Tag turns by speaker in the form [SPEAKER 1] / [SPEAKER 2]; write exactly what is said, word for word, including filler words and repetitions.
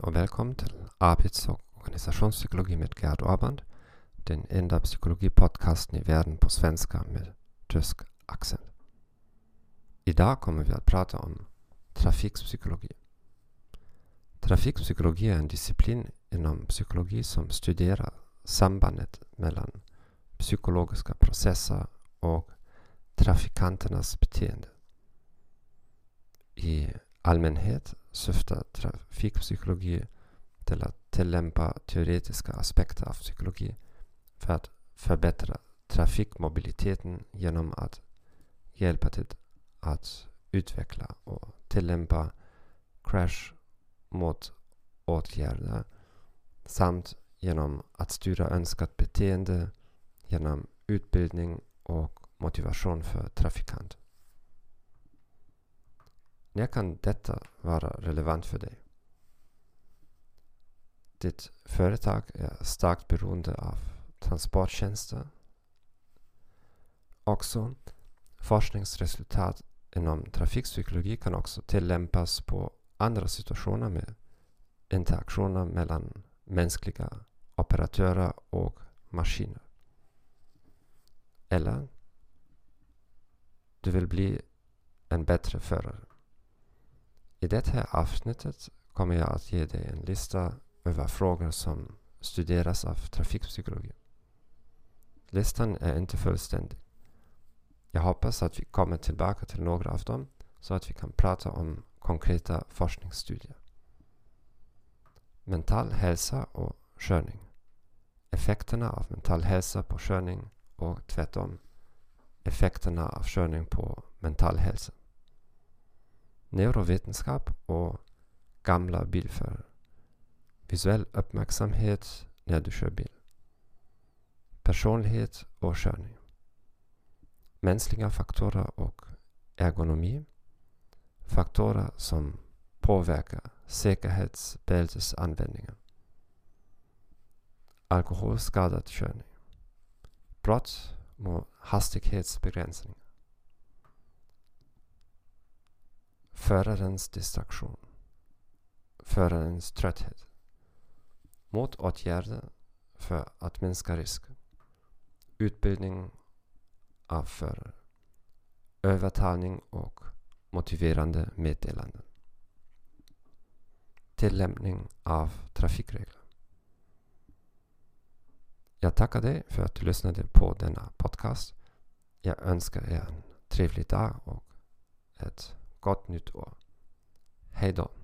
[SPEAKER 1] och välkommen till arbets- och organisationspsykologi med Gerd Orband, den enda psykologipodcasten i världen på svenska med tysk accent. Idag kommer vi att prata om trafikpsykologi. Trafikpsykologi är en disciplin inom psykologi som studerar sambandet mellan psykologiska processer och trafikanternas beteende. I allmänhet syftar trafikpsykologi till att tillämpa teoretiska aspekter av psykologi för att förbättra trafikmobiliteten genom att hjälpa till att utveckla och tillämpa crash mot åtgärder samt genom att styra önskat beteende genom utbildning och motivation för trafikanter. När kan detta vara relevant för dig? Ditt företag är starkt beroende av transporttjänster. Också forskningsresultat inom trafikpsykologi kan också tillämpas på andra situationer med interaktioner mellan mänskliga operatörer och maskiner. Eller du vill bli en bättre förare. I det här avsnittet kommer jag att ge dig en lista över frågor som studeras av trafikpsykologi. Listan är inte fullständig. Jag hoppas att vi kommer tillbaka till några av dem så att vi kan prata om konkreta forskningsstudier. Mental hälsa och körning. Effekterna av mental hälsa på körning och tvärtom. Effekterna av körning på mental hälsa. Neurovetenskap och gamla bilförare. Visuell uppmärksamhet när du kör bil. Personlighet och körning. Mänskliga faktorer och ergonomi. Faktorer som påverkar säkerhetsbältesanvändningen. Alkoholskadad körning. Brott mot hastighetsbegränsning. Förarens distraktion. Förarens trötthet. Motåtgärder för att minska risk. Utbildning av förare. Övertalning och motiverande meddelanden. Tillämpning av trafikregler. Jag tackar dig för att du lyssnade på denna podcast. Jag önskar er en trevlig dag och ett gott nytt år. Hej då!